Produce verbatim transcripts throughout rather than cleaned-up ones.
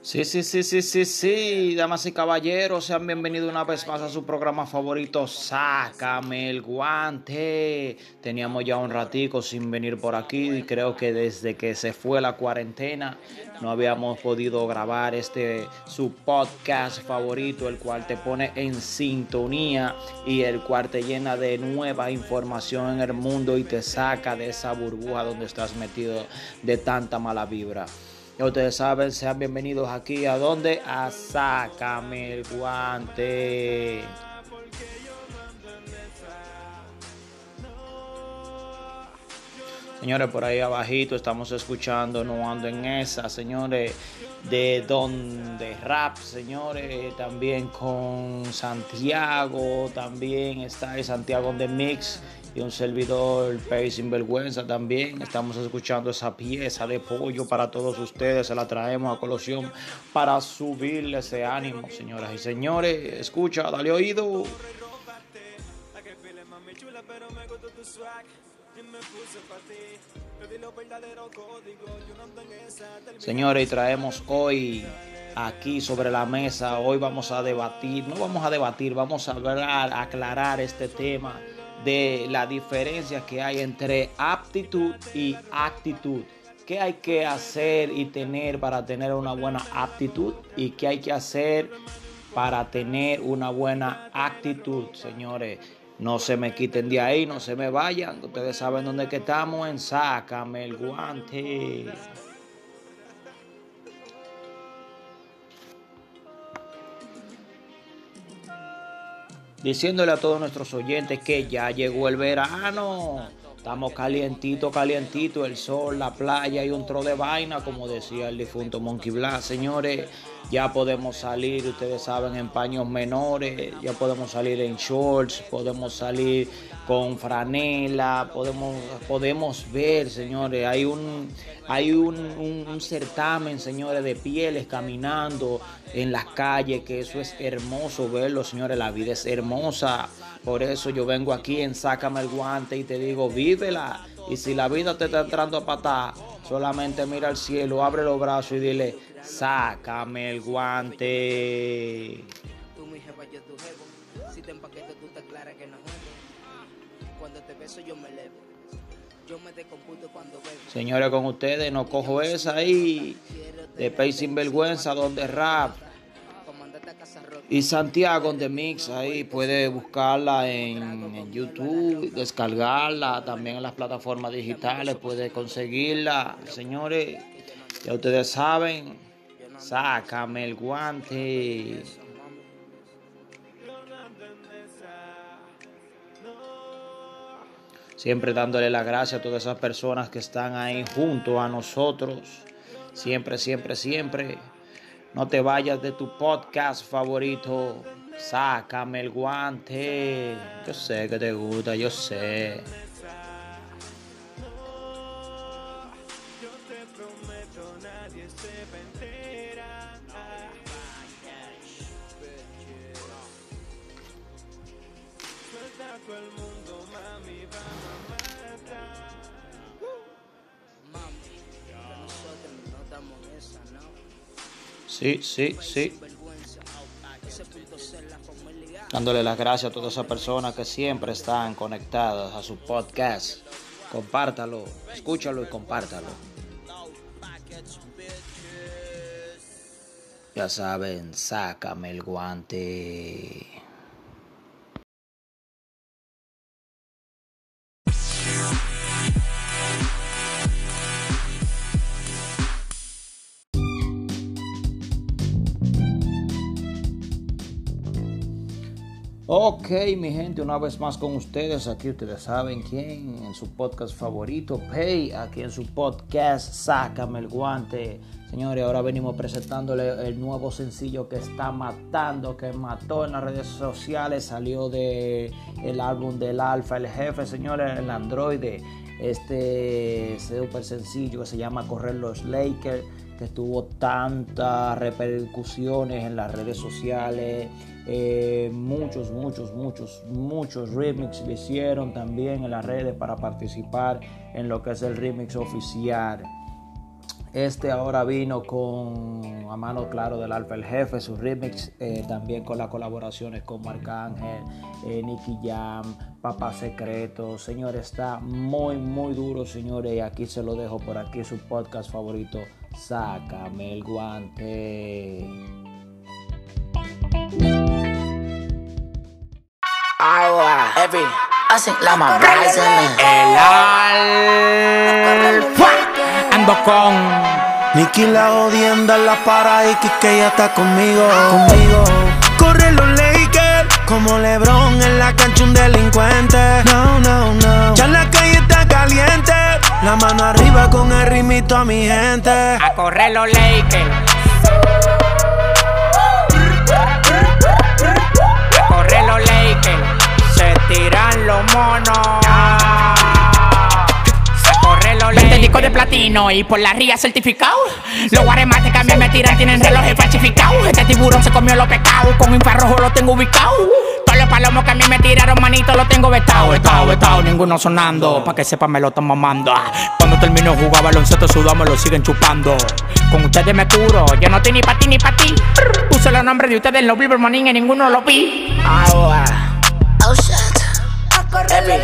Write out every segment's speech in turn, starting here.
Sí, sí, sí, sí, sí, sí, damas y caballeros, sean bienvenidos una vez más a su programa favorito, Sácame el Guante. Teníamos ya un ratico sin venir por aquí y creo que desde que se fue la cuarentena no habíamos podido grabar este su podcast favorito, el cual te pone en sintonía y el cual te llena de nueva información en el mundo y te saca de esa burbuja donde estás metido de tanta mala vibra. Ya ustedes saben, sean bienvenidos aquí a donde a Sácame el Guante. Señores, por ahí abajito estamos escuchando No Ando en Esa, señores, de Don de Rap, señores, también con Santiago, también está el Santiago de Mix y un servidor Pay Sinvergüenza también. Estamos escuchando esa pieza de pollo para todos ustedes, se la traemos a colación para subirle ese ánimo, señoras y señores. Escucha, dale oído. Señores, y traemos hoy aquí sobre la mesa, hoy vamos a debatir, no vamos a debatir, vamos a hablar, a aclarar este tema de la diferencia que hay entre aptitud y actitud. ¿Qué hay que hacer y tener para tener una buena aptitud? ¿Y qué hay que hacer para tener una buena actitud, señores? No se me quiten de ahí, no se me vayan. Ustedes saben dónde que estamos, en Sácame el Guante. Diciéndole a todos nuestros oyentes que ya llegó el verano. Estamos calientito, calientito, el sol, la playa y un tro de vaina, como decía el difunto Monkey Black. Señores, ya podemos salir, ustedes saben, en paños menores, ya podemos salir en shorts, podemos salir con franela, podemos, podemos ver, señores, hay un, hay un, un, un certamen, señores, de pieles caminando en las calles, que eso es hermoso verlo, señores, la vida es hermosa. Por eso yo vengo aquí en Sácame el Guante y te digo, vívela. Y si la vida te está entrando a patar, solamente mira al cielo, abre los brazos y dile, sácame el guante. Tú mi jefa, yo tu jevo. Si te empaqueto, tú te aclaras que no juego. Cuando te beso, yo me elevo. Yo me descomputo cuando bebo. Señores, con ustedes, no cojo esa ahí de Pay Sinvergüenza, donde rap. Y Santiago de Mix, ahí puede buscarla en, en YouTube, descargarla, también en las plataformas digitales, puede conseguirla. Señores, ya ustedes saben, sácame el guante. Siempre dándole las gracias a todas esas personas que están ahí junto a nosotros. Siempre, siempre, siempre. No te vayas de tu podcast favorito. Sácame el guante. Yo sé que te gusta, yo sé. Yo te prometo, nadie se va a enterar. Suelta a todo el mundo, mami, vamos a matar. Mami, que nosotros no estamos en esa, ¿no? Sí, sí, sí. Dándole las gracias a todas esas personas que siempre están conectadas a su podcast. Compártalo, escúchalo y compártalo. Ya saben, sácame el guante. Ok, mi gente, una vez más con ustedes, aquí ustedes saben quién, en su podcast favorito, Pay, aquí en su podcast, Sácame el Guante. Señores, ahora venimos presentándole el nuevo sencillo que está matando, que mató en las redes sociales, salió de el álbum del Alfa, el Jefe, señores, el androide, este super sencillo que se llama Correr los Lakers, que tuvo tantas repercusiones en las redes sociales. Eh, muchos, muchos, muchos, muchos remix le hicieron también en las redes para participar en lo que es el remix oficial. Este ahora vino con A Mano Claro del Alfa el Jefe, su remix, eh, también con las colaboraciones con Arcángel, eh, Nicky Jam, Papá Secreto. Señores, está muy, muy duro, señores. Y aquí se lo dejo por aquí, su podcast favorito, Sácame el Guante. Agua, every, hacen la más El Alfa. Ando con Nicky la jodienda en la para y que ya está conmigo, conmigo. Corre los Lakers como LeBron en la cancha un delincuente. No, no, no. Ya la calle está caliente. La mano arriba con el ritmito a mi gente. A correr los Lakers. A correr los Lakers. Se tiran los monos. veinte discos de platino y por la ría certificado. Los guaremates que a mí me tiran tienen relojes falsificados. Este tiburón se comió los pecados, con infrarrojo lo tengo ubicado. Todos los palomos que a mí me tiraron, manito, los tengo vetado, vetado, vetado. Ninguno sonando, pa' que sepa me lo están mamando. Cuando termino de jugar baloncesto sudado me lo siguen chupando. Con ustedes me curo, yo no estoy ni pa' ti ni pa' ti. Puse los nombres de ustedes en los Billboard Morning y ninguno lo vi. Agua, oh shit, every,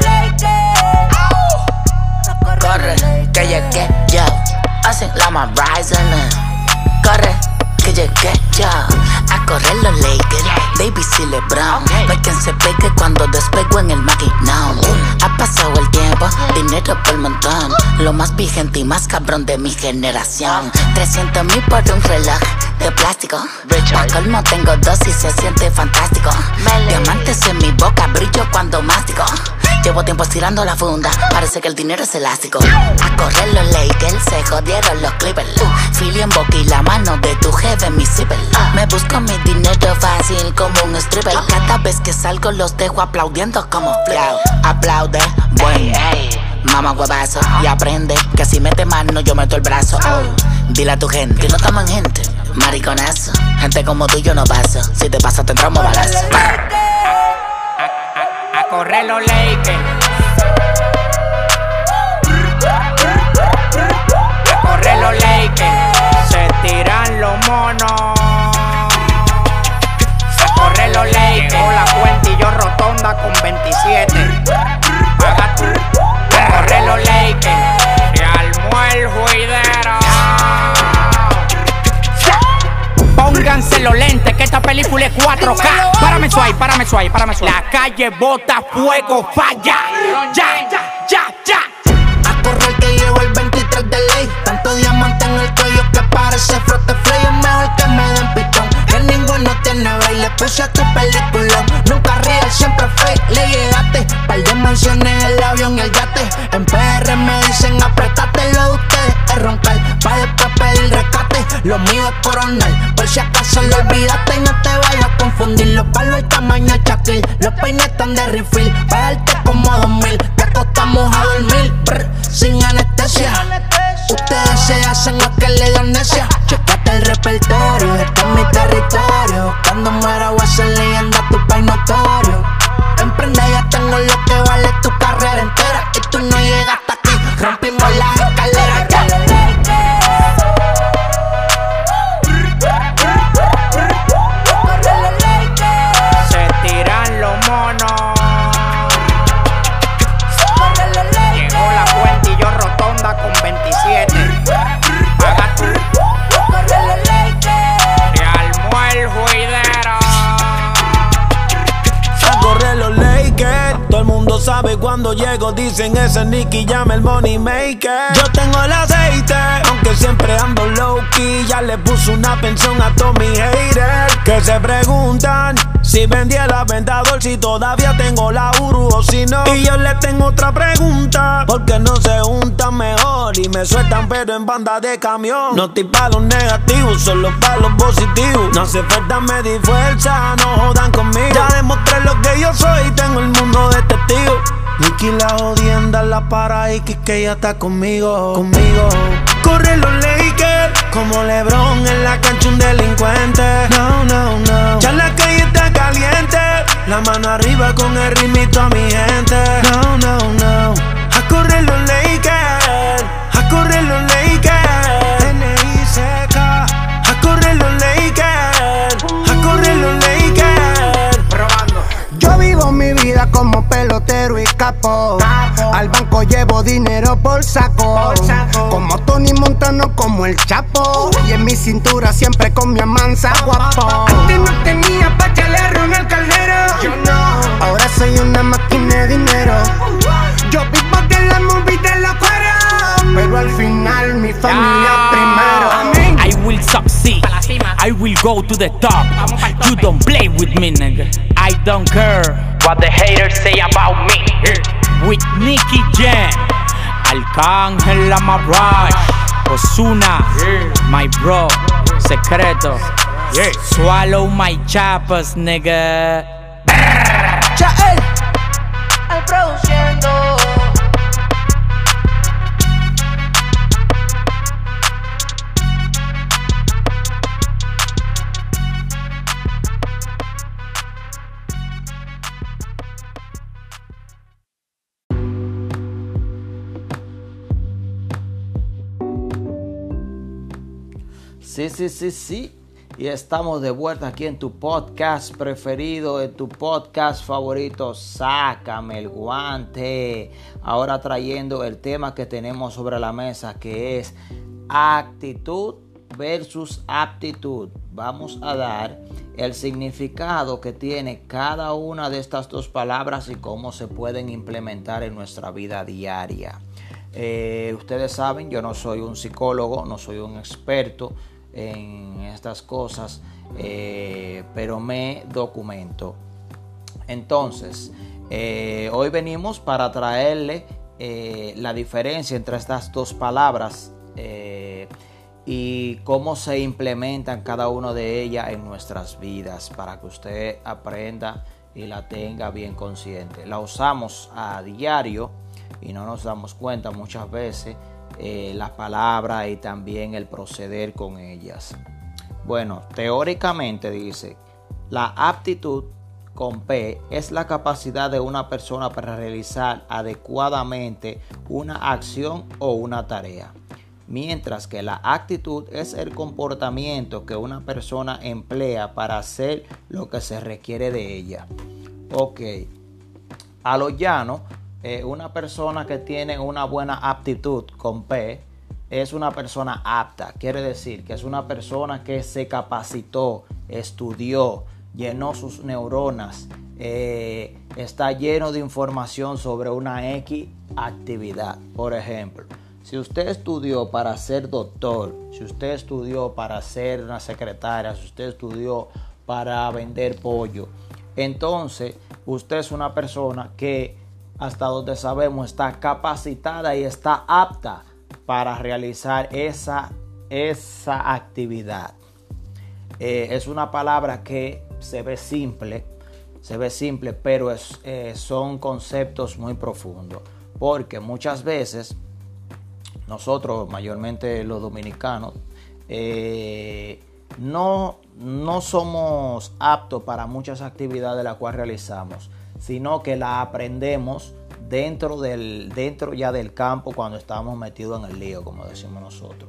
corre, que llegué yo. Hacen la más rising. Corre, que llegué yo. A correr los Lakers, Davis y LeBron. No hay quien se pegue cuando despego en el maquinón. Ha pasado el tiempo, dinero por montón. Lo más vigente y más cabrón de mi generación. trescientos mil por un reloj de plástico. Pa' colmo tengo dos y se siente fantástico. Diamantes en mi boca, brillo cuando mastico. Llevo tiempo estirando la funda, parece que el dinero es elástico. A correr los Lakers, se jodieron los Clippers. uh, Philly en boca y la mano de tu jefe en mi zipper. uh, Me busco mi dinero fácil como un stripper. Cada vez que salgo los dejo aplaudiendo como flow. Aplaude, bueno, mamá huevazo. Y aprende que si mete mano yo meto el brazo. oh. Dile a tu gente, no estamos en gente, mariconazo. Gente como tú yo no paso, si te pasa te entramos balazo. A correr los Lakers. A correr los Lakers. Se tiran los monos. A correr los Lakers. Llegó la cuenta y yo rotonda con veintisiete. Paga tú. A correr los Lakers. Se armó el juidero. Pónganse los lentes que esta película es cuatro K. Párame suave, párame suave, párame suave. La calle bota fuego, falla. Ya, ya, ya, ya. A correr que llevo el veintitrés de ley. Tanto diamante en el cuello que parece frote flay. Es mejor que me den pitón, que ninguno tiene baile. Puse a tu película, nunca real, siempre fake. Le llegaste, par de mansiones, el avión y el yate. En P R me dicen apretate, lo de ustedes es roncar, pa' después pedir rescate. Lo mío es coronal, por si acaso lo olvidaste. Y no te vayas a confundir, los palos el tamaño Shaquille. Los peines están de refill, pa' darte como dos mil. Te acostamos a dormir, brr, sin anestesia. Ustedes se hacen lo que le dan necia. Checate el repertorio, este es mi territorio. Cuando muera voy a ser leyenda, tu país notorio. Emprende, ya tengo lo que vale tu carrera entera. Y tú no llegaste aquí, rompimos las escaleras ya. Se tiran los monos. Llegó la cuenta y yo rotonda con veintisiete. Paga tú. Se armó el juidero. A correr los Lakers, todo el mundo sabe cuando llego. Dicen ese Nicky Jam el money maker. Yo tengo el aceite, aunque siempre ando low key. Ya le puse una pensión a todos mis haters que se preguntan si vendí el aventador, si todavía tengo la Uru o si no. Y yo les tengo otra pregunta, porque no se juntan mejor y me sueltan pero en banda de camión. No estoy pa' los negativos, solo pa' los positivos. No hace falta medir fuerza, no jodan conmigo. Ya demostré lo que yo soy, tengo el mundo de testigos. Nicky la jodienda la para y que ya está conmigo, conmigo. Corre los Lakers como LeBron en la cancha un delincuente. No, no, no. Ya la calle está caliente. La mano arriba con el ritmito a mi gente. No, no, no. A correr los Lakers, a correr los Lakers. pero escapo. Al banco llevo dinero por saco. Como Tony Montano, como el Chapo. Y en mi cintura siempre con mi amansa guapo. Antes no tenía pa' echarle a Ronald Caldero. Yo no. Ahora soy una máquina de dinero. Yo vivo de la movie de los cueros, pero al final mi familia primero. Amén. I will succeed. I will go to the top. You don't play with me, nigga. I don't care what the haters say about me. With Nicky Jam, Arcángel Amarrach, Ozuna, my bro, Secreto. Swallow my chapas, nigga. Chael, al produciendo. Sí, sí, sí, sí. Y estamos de vuelta aquí en tu podcast preferido, en tu podcast favorito, Sácame el Guante. Ahora trayendo el tema que tenemos sobre la mesa, que es actitud versus aptitud. Vamos a dar el significado que tiene cada una de estas dos palabras y cómo se pueden implementar en nuestra vida diaria. Eh, ustedes saben, yo no soy un psicólogo, no soy un experto en estas cosas, eh, pero me documento. Entonces, eh, hoy venimos para traerle eh, la diferencia entre estas dos palabras eh, y cómo se implementan cada una de ellas en nuestras vidas, para que usted aprenda y la tenga bien consciente. La usamos a diario y no nos damos cuenta muchas veces eh, las palabras y también el proceder con ellas. Bueno, teóricamente dice, la aptitud con P es la capacidad de una persona para realizar adecuadamente una acción o una tarea, mientras que la actitud es el comportamiento que una persona emplea para hacer lo que se requiere de ella. Ok, a lo llano, eh, una persona que tiene una buena aptitud con P es una persona apta. Quiere decir que es una persona que se capacitó, estudió, llenó sus neuronas, eh, está lleno de información sobre una X actividad. Por ejemplo, si usted estudió para ser doctor, si usted estudió para ser una secretaria, si usted estudió para vender pollo, entonces usted es una persona que, hasta donde sabemos, está capacitada y está apta para realizar esa, esa actividad. Eh, es una palabra que se ve simple, se ve simple, pero es, eh, son conceptos muy profundos, porque muchas veces nosotros, mayormente los dominicanos, eh, no, no somos aptos para muchas actividades las cuales realizamos, sino que la aprendemos dentro, del, dentro ya del campo cuando estamos metidos en el lío, como decimos nosotros.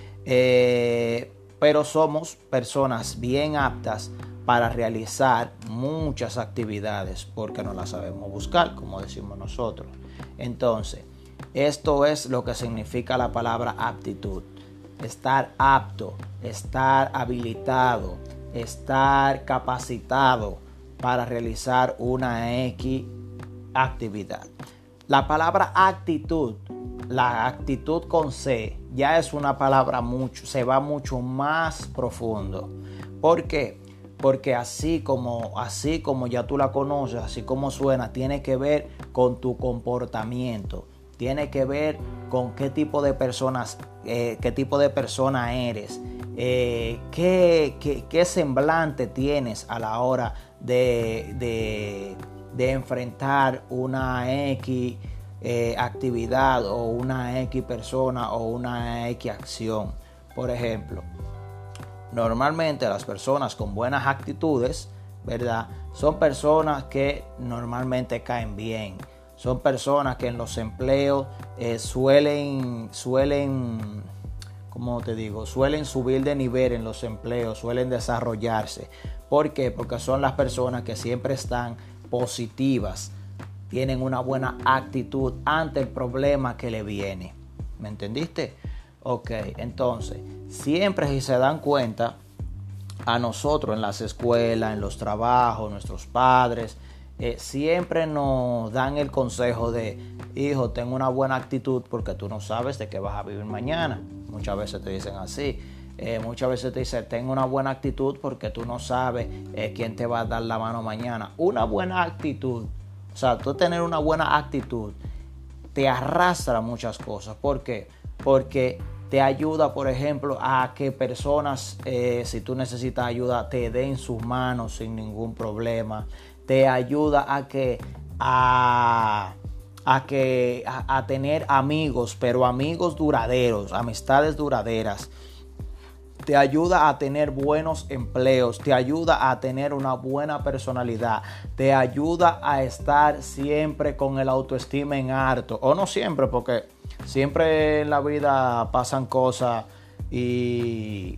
Eh, pero somos personas bien aptas para realizar muchas actividades porque no las sabemos buscar, como decimos nosotros. Entonces, esto es lo que significa la palabra aptitud. Estar apto, estar habilitado, estar capacitado para realizar una X actividad. La palabra actitud, la actitud con C, ya es una palabra mucho, se va mucho más profundo. ¿Por qué? Porque así como, así como ya tú la conoces, así como suena, tiene que ver con tu comportamiento. Tiene que ver con qué tipo de personas, eh, qué tipo de persona eres, eh, qué, qué, qué semblante tienes a la hora de, de, de enfrentar una X eh, actividad o una X persona o una X acción. Por ejemplo, normalmente las personas con buenas actitudes, ¿verdad?, son personas que normalmente caen bien. Son personas que en los empleos eh, suelen, suelen, ¿cómo te digo? Suelen subir de nivel en los empleos, suelen desarrollarse. ¿Por qué? Porque son las personas que siempre están positivas. tienen una buena actitud ante el problema que le viene. ¿Me entendiste? Ok, entonces, siempre si se dan cuenta, a nosotros en las escuelas, en los trabajos, nuestros padres, eh, siempre nos dan el consejo de, hijo, ten una buena actitud porque tú no sabes de qué vas a vivir mañana. Muchas veces te dicen así. Eh, muchas veces te dicen, ten una buena actitud porque tú no sabes eh, quién te va a dar la mano mañana. Una buena actitud, o sea, tú tener una buena actitud te arrastra muchas cosas. ¿Por qué? Porque te ayuda, por ejemplo, a que personas, eh, si tú necesitas ayuda, te den sus manos sin ningún problema. Te ayuda a que a, a, que, a, a tener amigos, pero amigos duraderos, amistades duraderas. Te ayuda a tener buenos empleos, te ayuda a tener una buena personalidad, te ayuda a estar siempre con el autoestima en alto. O no siempre, porque siempre en la vida pasan cosas y,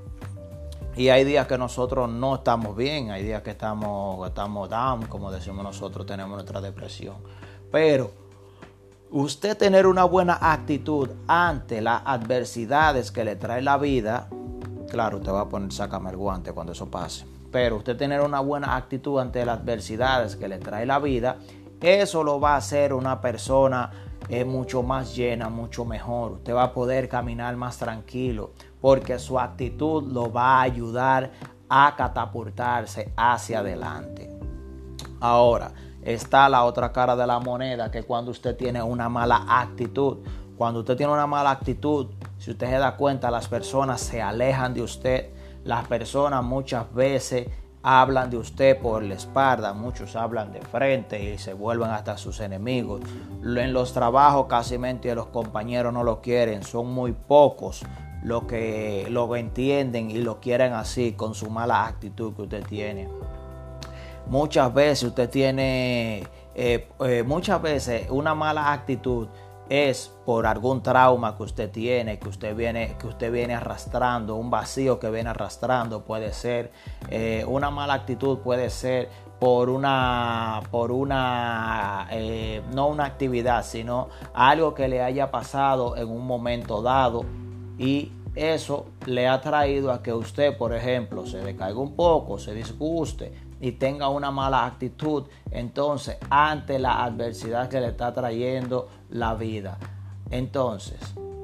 y hay días que nosotros no estamos bien, hay días que estamos, estamos down, como decimos nosotros, tenemos nuestra depresión. Pero usted tener una buena actitud ante las adversidades que le trae la vida, claro, usted va a poner, sácame el guante cuando eso pase, pero usted tener una buena actitud ante las adversidades que le trae la vida, eso lo va a hacer una persona eh, mucho más llena, mucho mejor. Usted va a poder caminar más tranquilo porque su actitud lo va a ayudar a catapultarse hacia adelante. Ahora, está la otra cara de la moneda, que cuando usted tiene una mala actitud. Cuando usted tiene una mala actitud, si usted se da cuenta, las personas se alejan de usted. Las personas muchas veces hablan de usted por la espalda, muchos hablan de frente y se vuelven hasta sus enemigos. En los trabajos casi los compañeros no lo quieren, son muy pocos los que lo entienden y lo quieren así, con su mala actitud que usted tiene. Muchas veces usted tiene, eh, eh, muchas veces una mala actitud es por algún trauma que usted tiene, que usted viene, que usted viene arrastrando, un vacío que viene arrastrando, puede ser eh, una mala actitud, puede ser por una, por una, eh, no una actividad, sino algo que le haya pasado en un momento dado y eso le ha traído a que usted, por ejemplo, se decaiga un poco, se disguste y tenga una mala actitud, entonces, ante la adversidad que le está trayendo la vida. Entonces,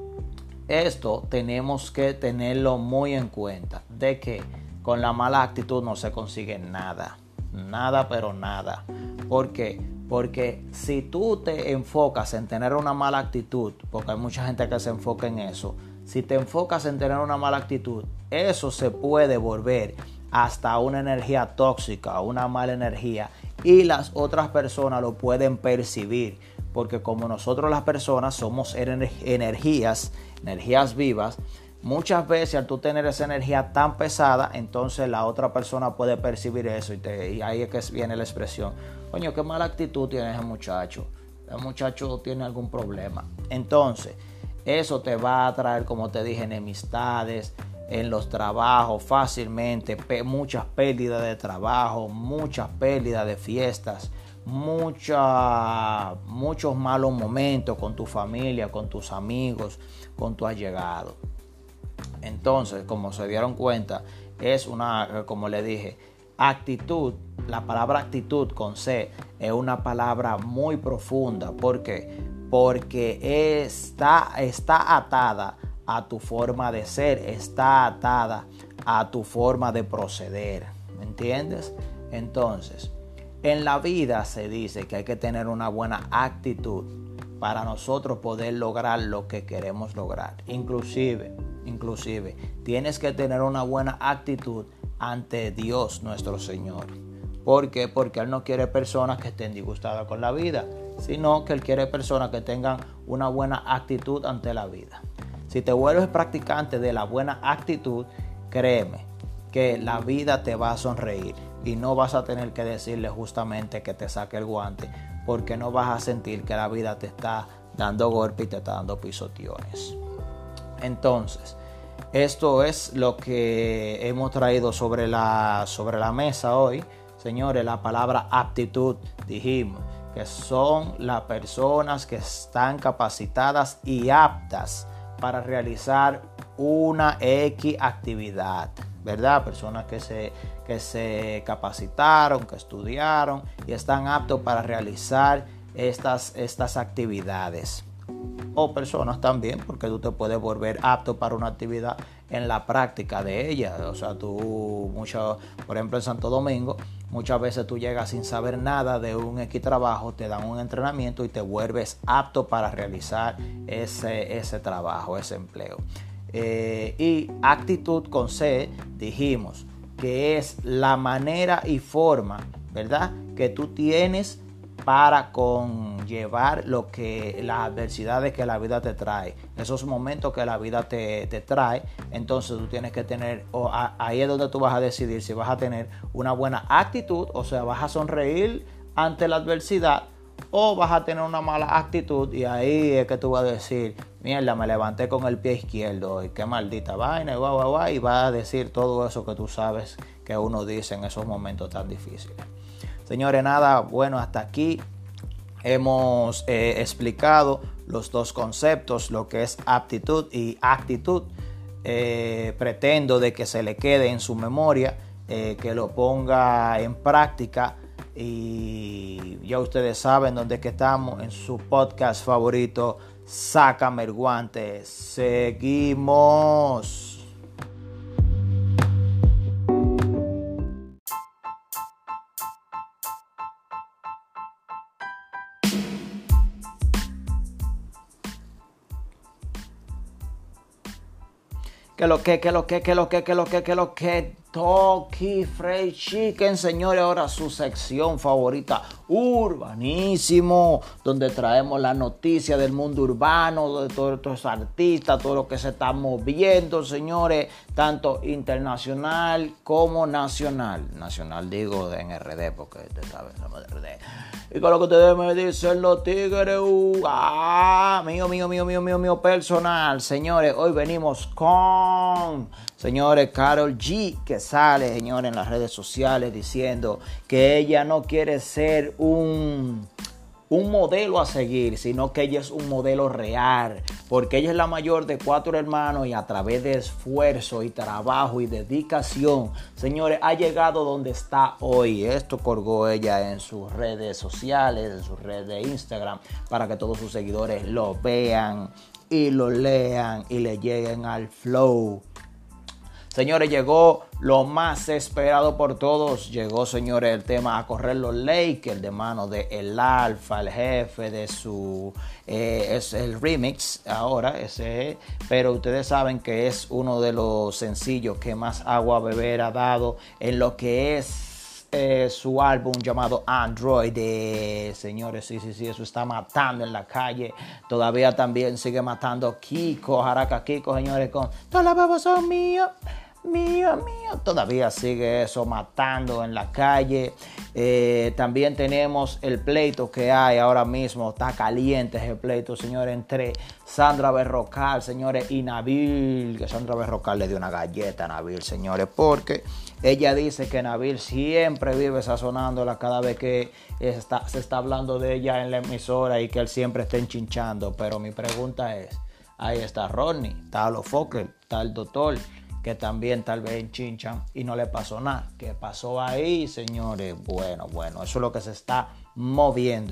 esto tenemos que tenerlo muy en cuenta, de que con la mala actitud no se consigue nada, nada pero nada. ¿Por qué? Porque si tú te enfocas en tener una mala actitud, porque hay mucha gente que se enfoca en eso, si te enfocas en tener una mala actitud, eso se puede volver hasta una energía tóxica, una mala energía, y las otras personas lo pueden percibir, porque como nosotros las personas somos energías, energías vivas, muchas veces al tú tener esa energía tan pesada, entonces la otra persona puede percibir eso y, te, y ahí es que viene la expresión, coño, qué mala actitud tiene ese muchacho, el muchacho tiene algún problema. Entonces, eso te va a traer, como te dije, enemistades en los trabajos fácilmente, pe- muchas pérdidas de trabajo, muchas pérdidas de fiestas, mucha, muchos malos momentos con tu familia, con tus amigos, con tu allegado. Entonces, como se dieron cuenta, es una, como le dije, actitud. La palabra actitud con C es una palabra muy profunda. ¿Por qué? Porque está, está atada a tu forma de ser, está atada a tu forma de proceder. ¿Me entiendes? Entonces, en la vida se dice que hay que tener una buena actitud para nosotros poder lograr lo que queremos lograr. Inclusive, inclusive, tienes que tener una buena actitud ante Dios nuestro Señor. ¿Por qué? Porque Él no quiere personas que estén disgustadas con la vida, sino que Él quiere personas que tengan una buena actitud ante la vida. Si te vuelves practicante de la buena actitud, créeme que la vida te va a sonreír y no vas a tener que decirle justamente que te saque el guante, porque no vas a sentir que la vida te está dando golpe y te está dando pisoteones. Entonces, esto es lo que hemos traído sobre la, sobre la mesa hoy. Señores, la palabra aptitud, dijimos que son las personas que están capacitadas y aptas para realizar una X actividad, ¿verdad? Personas que se, que se capacitaron, que estudiaron y están aptos para realizar estas, estas actividades. O personas también, porque tú te puedes volver apto para una actividad en la práctica de ella. O sea, tú, mucho, por ejemplo, en Santo Domingo, muchas veces tú llegas sin saber nada de un X trabajo, te dan un entrenamiento y te vuelves apto para realizar ese, ese trabajo, ese empleo. Eh, y actitud con C, dijimos que es la manera y forma, ¿verdad?, que tú tienes para conllevar lo que las adversidades que la vida te trae, esos momentos que la vida te, te trae. Entonces tú tienes que tener, o a, ahí es donde tú vas a decidir si vas a tener una buena actitud, o sea, vas a sonreír ante la adversidad, o vas a tener una mala actitud, y ahí es que tú vas a decir, mierda, me levanté con el pie izquierdo y qué maldita vaina, y, guau, guau, guau, y vas a decir todo eso que tú sabes que uno dice en esos momentos tan difíciles. Señores, nada, bueno, hasta aquí hemos eh, explicado los dos conceptos, lo que es aptitud y actitud. Eh, pretendo de que se le quede en su memoria, eh, que lo ponga en práctica, y ya ustedes saben dónde que estamos, en su podcast favorito, Sácame el Guante. Seguimos. Que lo que, que lo que, que lo que, que lo que, que lo que, Toki Fried Chicken, señores, ahora su sección favorita, Urbanísimo, donde traemos la noticia del mundo urbano, de todos estos artistas, todo lo que se está moviendo, señores, tanto internacional como nacional. Nacional digo en R D, porque ustedes saben, somos de R D. Y con lo que ustedes me dicen los tigres, uh, ah, mío, mío, mío, mío, mío, mío personal. Señores, hoy venimos con, señores, Karol G, que sale, señores, en las redes sociales diciendo que ella no quiere ser un, un modelo a seguir, sino que ella es un modelo real, porque ella es la mayor de cuatro hermanos y a través de esfuerzo y trabajo y dedicación, señores, ha llegado donde está hoy. Esto colgó ella en sus redes sociales, en sus redes de Instagram, para que todos sus seguidores lo vean y lo lean y le lleguen al flow. Señores, llegó lo más esperado por todos. Llegó, señores, el tema A Correr los Lakers, de mano de El Alfa, el jefe de su... Eh, es el remix ahora, ese, pero ustedes saben que es uno de los sencillos que más agua a beber ha dado en lo que es eh, su álbum llamado Android. Eh, señores, sí, sí, sí, eso está matando en la calle. Todavía también sigue matando Kiko, Jaraca Kiko, señores, con todos los bebos son míos. Mío, mío, todavía sigue eso matando en la calle. Eh, también tenemos el pleito que hay ahora mismo, está caliente ese pleito, señores, entre Sandra Berrocal, señores, y Nabil, que Sandra Berrocal le dio una galleta a Nabil, señores, porque ella dice que Nabil siempre vive sazonándola cada vez que está, se está hablando de ella en la emisora, y que él siempre está enchinchando. Pero mi pregunta es, ahí está Ronnie, está los Fokker, está el doctor, que también tal vez enchinchan y no le pasó nada. ¿Qué pasó ahí, señores? Bueno, bueno, eso es lo que se está moviendo,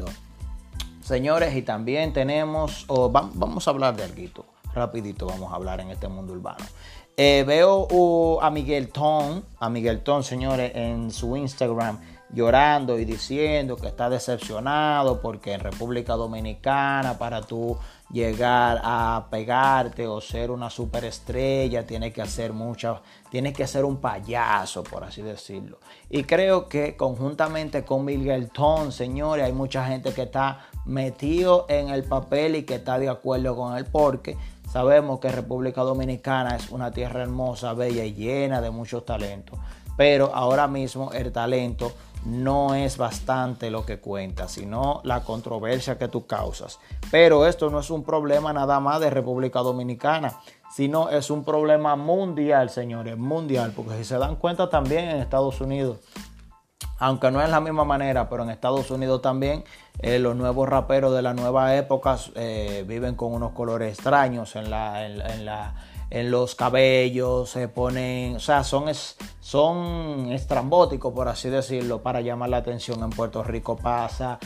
señores. Y también tenemos, oh, vamos a hablar de algo rapidito, vamos a hablar en este mundo urbano. Eh, veo uh, a Miguel Ton, a Miguel Ton, señores, en su Instagram, llorando y diciendo que está decepcionado porque en República Dominicana, para tú llegar a pegarte o ser una superestrella, tienes que hacer muchas, tienes que ser un payaso, por así decirlo. Y creo que conjuntamente con Miguel Ton, señores, hay mucha gente que está metido en el papel y que está de acuerdo con él, porque sabemos que República Dominicana es una tierra hermosa, bella y llena de muchos talentos. Pero ahora mismo el talento no es bastante lo que cuenta, sino la controversia que tú causas. Pero esto no es un problema nada más de República Dominicana, sino es un problema mundial, señores, mundial. Porque si se dan cuenta, también en Estados Unidos aunque no es la misma manera, pero en Estados Unidos también eh, los nuevos raperos de la nueva época eh, viven con unos colores extraños en la, en, en la en los cabellos, se ponen, o sea, son, es, son estrambóticos, por así decirlo, para llamar la atención. En Puerto Rico pasa,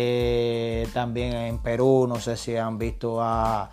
eh, también en Perú, no sé si han visto a,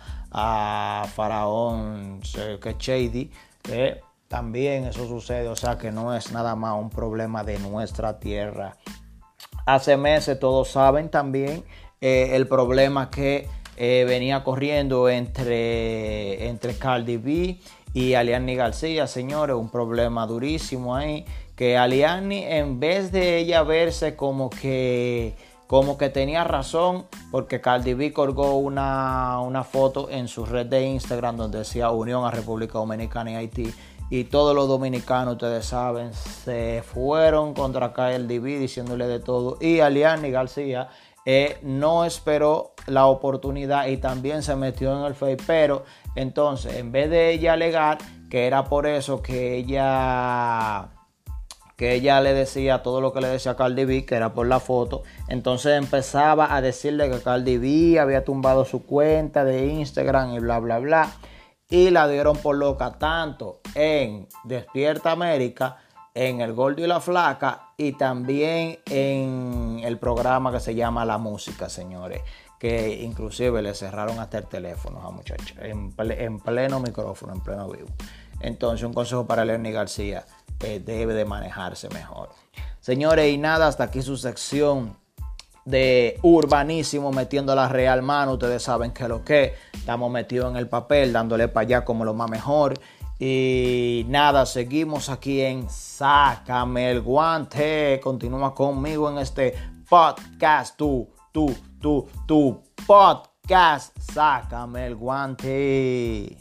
a Faraón, que es Shady, eh, también eso sucede, o sea que no es nada más un problema de nuestra tierra. Hace meses todos saben también eh, el problema que Eh, venía corriendo entre, entre Cardi B y Aliani García, señores, un problema durísimo ahí, que Aliani, en vez de ella verse como que, como que tenía razón, porque Cardi B colgó una, una foto en su red de Instagram donde decía Unión a República Dominicana y Haití, y todos los dominicanos, ustedes saben, se fueron contra Cardi B diciéndole de todo, y Aliani García Eh, no esperó la oportunidad y también se metió en el Face, pero entonces en vez de ella alegar que era por eso que ella que ella le decía todo lo que le decía a Cardi B, que era por la foto, entonces empezaba a decirle que Cardi B había tumbado su cuenta de Instagram y bla bla bla, y la dieron por loca tanto en Despierta América, en El Gordo y la Flaca, y también en el programa que se llama La Música, señores, que inclusive le cerraron hasta el teléfono a muchachos, en, ple, en pleno micrófono, en pleno vivo. Entonces, un consejo para Aliani García, eh, debe de manejarse mejor. Señores, y nada, hasta aquí su sección de Urbanísimo, metiendo la real mano. Ustedes saben que lo que estamos metidos en el papel, dándole para allá como lo más mejor. Y nada, seguimos aquí en Sácame el Guante. Continúa conmigo en este podcast, tú, tú, tú, tú, podcast, Sácame el Guante.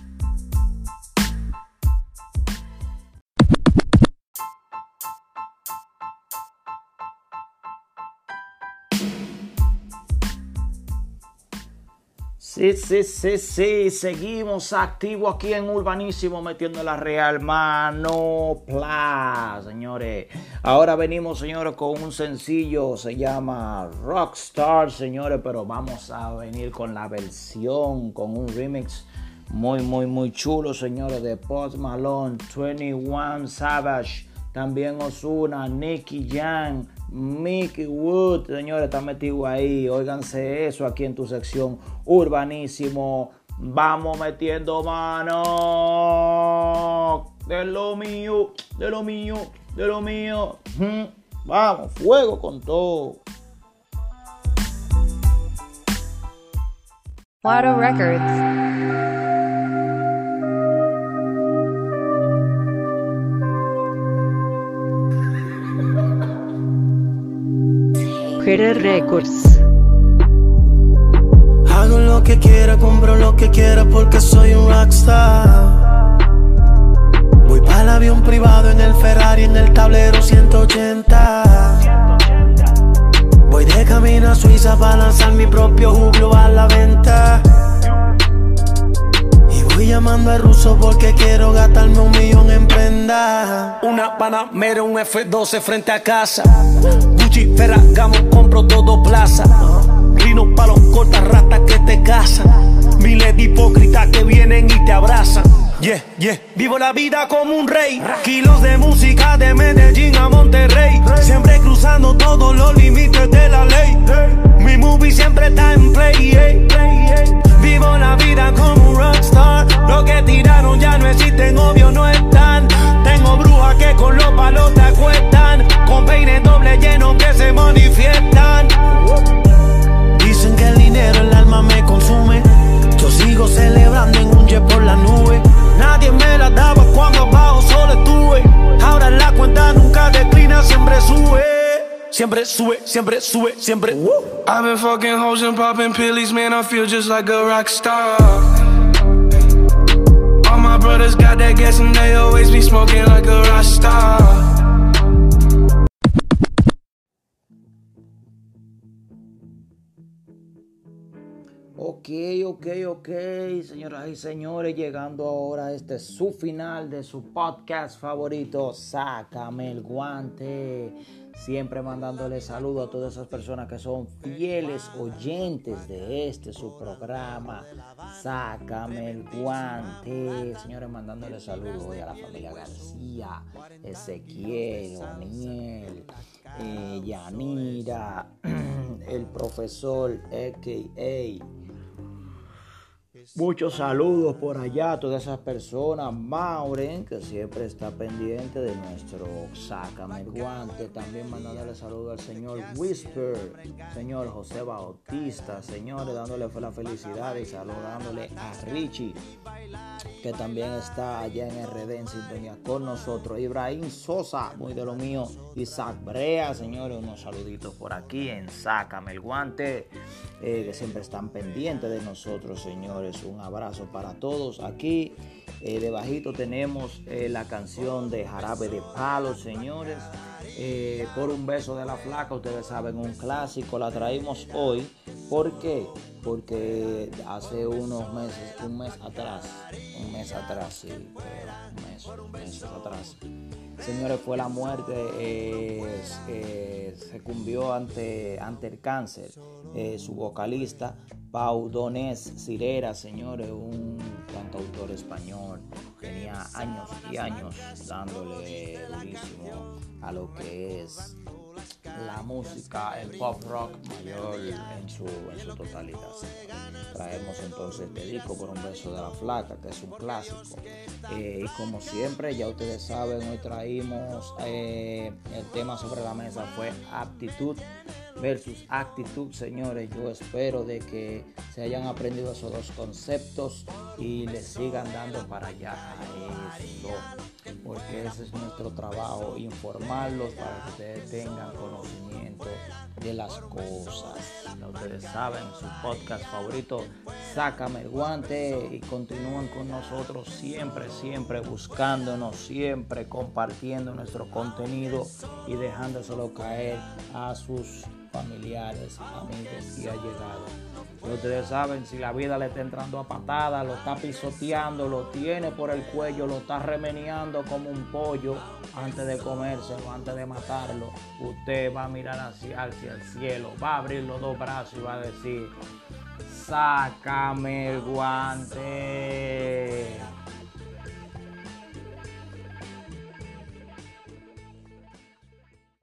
Sí, sí, sí, sí, seguimos activos aquí en Urbanísimo, metiendo la real mano, pla, señores. Ahora venimos, señores, con un sencillo, se llama Rockstar, señores, pero vamos a venir con la versión, con un remix muy, muy, muy chulo, señores, de Post Malone, veintiuno Savage, también Ozuna, Nicky Jam, Mickey Wood, señores, está metido ahí. Óiganse eso aquí en tu sección Urbanísimo. Vamos metiendo mano. De lo mío, de lo mío, de lo mío. Vamos, fuego con todo. Watto Records. Critter Records. Hago lo que quiera, compro lo que quiera porque soy un rockstar. Voy para el avión privado en el Ferrari, en el tablero ciento ochenta. Voy de camino a Suiza para lanzar mi propio juglo a la venta. Y voy llamando al ruso porque quiero gastarme un millón en prenda. Una Panamera, un F doce frente a casa. Gucci, Ferragamo, compro todo plaza. Rino pa' los cortas ratas que te cazan. Miles de hipócritas que vienen y te abrazan. Yeah, yeah, vivo la vida como un rey. Kilos de música de Medellín a Monterrey. Siempre cruzando todos los límites de la ley. Mi movie siempre está en play. Vivo la vida como un rockstar. Lo que tiraron ya no existen, obvio no están. Tengo brujas que con los palos te acuestan. Con peines doble llenos que se manifiestan. Dicen que el dinero el alma me consume. Yo sigo celebrando en un jet por la nube. Nadie me la daba cuando abajo solo estuve. Ahora la cuenta nunca declina, siempre sube. Siempre sube, siempre sube, siempre. I've been fucking hoes and popping pillies, man, I feel just like a rock star. All my brothers got that gas and they always be smoking like a rock star. Ok, ok, ok, señoras y señores, llegando ahora a este su final de su podcast favorito, Sácame el Guante. siempre mandándole saludos a todas esas personas que son fieles oyentes de este su programa Sácame el Guante. Señores, mandándole saludos hoy a la familia García, Ezequiel, Oniel, eh, Yanira, el profesor A K A. Muchos saludos por allá a todas esas personas. Mauren, que siempre está pendiente de nuestro Sácame el Guante. También mandándole saludos al señor Whisper, señor José Bautista, señores, dándole la felicidad y saludándole a Richie, que también está allá en R D en sintonía con nosotros. Ibrahim Sosa, muy de lo mío. Isaac Brea, señores, unos saluditos por aquí en Sácame el Guante, eh, que siempre están pendientes de nosotros, señores. Un abrazo para todos. Aquí eh, debajito tenemos eh, la canción de Jarabe de Palo, señores. Eh, por un beso de la flaca, ustedes saben, un clásico. La traímos hoy. ¿Por qué? Porque hace unos meses, un mes atrás, un mes atrás, sí, un mes, un mes atrás, señores, fue la muerte, eh, eh, sucumbió ante, ante el cáncer, eh, su vocalista, Pau Donés Cirera, señores, un cantautor español, tenía años y años dándole durísimo a lo que es la música, el pop rock mayor en su, en su totalidad. Traemos entonces este disco Por un beso de la flaca, que es un clásico. Eh, y como siempre, ya ustedes saben, hoy traímos eh, el tema sobre la mesa fue aptitud versus actitud, señores. Yo espero de que se hayan aprendido esos dos conceptos y les sigan dando para allá a eso, porque ese es nuestro trabajo, informarlos para que ustedes tengan conocimiento de las cosas. Ya ustedes saben, su podcast favorito, Sácame el Guante, y continúan con nosotros siempre, siempre buscándonos, siempre compartiendo nuestro contenido y dejándoselo caer a sus familiares, amigos y allegados. Ustedes saben, si la vida le está entrando a patadas, lo está pisoteando, lo tiene por el cuello, lo está remeneando como un pollo antes de comérselo, antes de matarlo, usted va a mirar hacia, hacia el cielo, va a abrir los dos brazos y va a decir: sácame el guante.